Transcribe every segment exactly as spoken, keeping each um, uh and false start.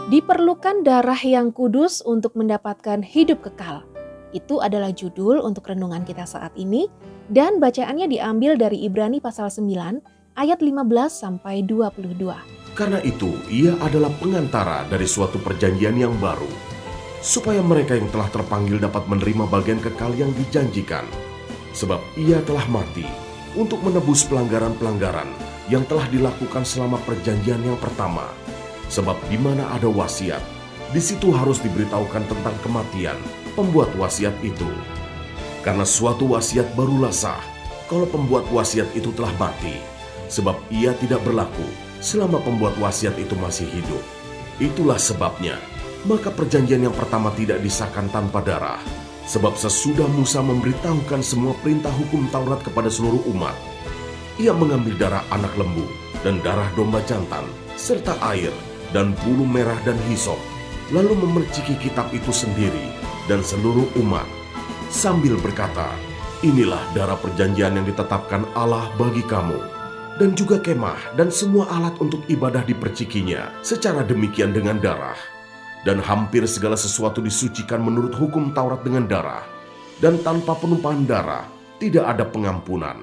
Diperlukan darah yang kudus untuk mendapatkan hidup kekal. Itu adalah judul untuk renungan kita saat ini dan bacaannya diambil dari Ibrani pasal sembilan ayat lima belas sampai dua puluh dua. Karena itu ia adalah pengantara dari suatu perjanjian yang baru, supaya mereka yang telah terpanggil dapat menerima bagian kekal yang dijanjikan. Sebab ia telah mati untuk menebus pelanggaran-pelanggaran yang telah dilakukan selama perjanjian yang pertama. Sebab di mana ada wasiat, di situ harus diberitahukan tentang kematian pembuat wasiat itu. Karena suatu wasiat barulah sah kalau pembuat wasiat itu telah mati, sebab ia tidak berlaku selama pembuat wasiat itu masih hidup. Itulah sebabnya, maka perjanjian yang pertama tidak disahkan tanpa darah. Sebab sesudah Musa memberitahukan semua perintah hukum Taurat kepada seluruh umat, ia mengambil darah anak lembu dan darah domba jantan, serta air dan bulu merah dan hisop, lalu memerciki kitab itu sendiri dan seluruh umat, sambil berkata, "Inilah darah perjanjian yang ditetapkan Allah bagi kamu." Dan juga kemah dan semua alat untuk ibadah dipercikinya secara demikian dengan darah. Dan hampir segala sesuatu disucikan menurut hukum Taurat dengan darah. Dan tanpa penumpahan darah tidak ada pengampunan.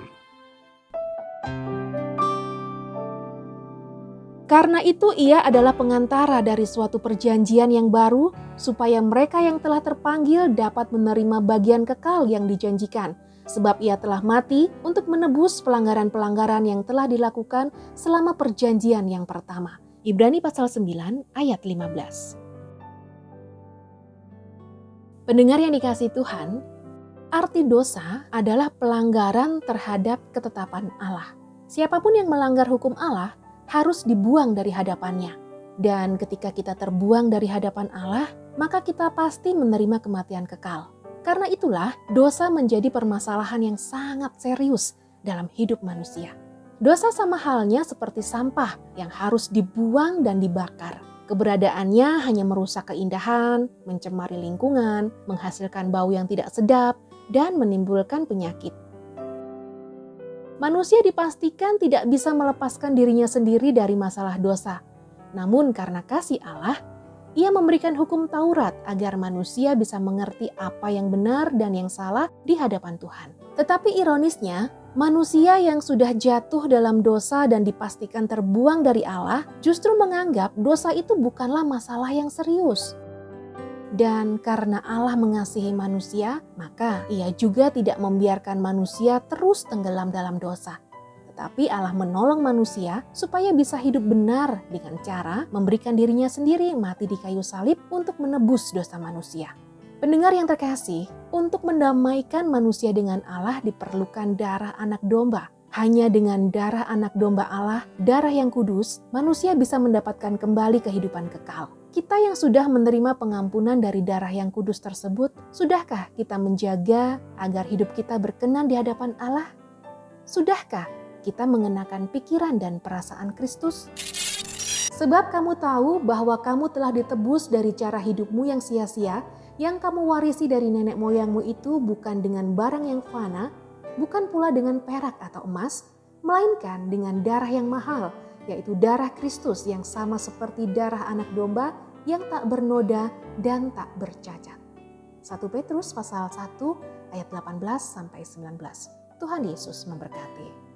Karena itu ia adalah pengantara dari suatu perjanjian yang baru, supaya mereka yang telah terpanggil dapat menerima bagian kekal yang dijanjikan. Sebab ia telah mati untuk menebus pelanggaran-pelanggaran yang telah dilakukan selama perjanjian yang pertama. Ibrani pasal sembilan ayat lima belas. Pendengar yang dikasihi Tuhan, arti dosa adalah pelanggaran terhadap ketetapan Allah. Siapapun yang melanggar hukum Allah harus dibuang dari hadapannya. Dan ketika kita terbuang dari hadapan Allah, maka kita pasti menerima kematian kekal. Karena itulah dosa menjadi permasalahan yang sangat serius dalam hidup manusia. Dosa sama halnya seperti sampah yang harus dibuang dan dibakar. Keberadaannya hanya merusak keindahan, mencemari lingkungan, menghasilkan bau yang tidak sedap, dan menimbulkan penyakit. Manusia dipastikan tidak bisa melepaskan dirinya sendiri dari masalah dosa. Namun karena kasih Allah, Ia memberikan hukum Taurat agar manusia bisa mengerti apa yang benar dan yang salah di hadapan Tuhan. Tetapi ironisnya, manusia yang sudah jatuh dalam dosa dan dipastikan terbuang dari Allah justru menganggap dosa itu bukanlah masalah yang serius. Dan karena Allah mengasihi manusia, maka Ia juga tidak membiarkan manusia terus tenggelam dalam dosa. Tapi Allah menolong manusia supaya bisa hidup benar dengan cara memberikan dirinya sendiri mati di kayu salib untuk menebus dosa manusia. Pendengar yang terkasih, untuk mendamaikan manusia dengan Allah diperlukan darah anak domba. Hanya dengan darah anak domba Allah, darah yang kudus, manusia bisa mendapatkan kembali kehidupan kekal. Kita yang sudah menerima pengampunan dari darah yang kudus tersebut, sudahkah kita menjaga agar hidup kita berkenan di hadapan Allah? Sudahkah kita mengenakan pikiran dan perasaan Kristus? Sebab kamu tahu bahwa kamu telah ditebus dari cara hidupmu yang sia-sia, yang kamu warisi dari nenek moyangmu itu bukan dengan barang yang fana, bukan pula dengan perak atau emas, melainkan dengan darah yang mahal, yaitu darah Kristus yang sama seperti darah anak domba yang tak bernoda dan tak bercacat. satu Petrus pasal satu ayat delapan belas sampai sembilan belas. Tuhan Yesus memberkati.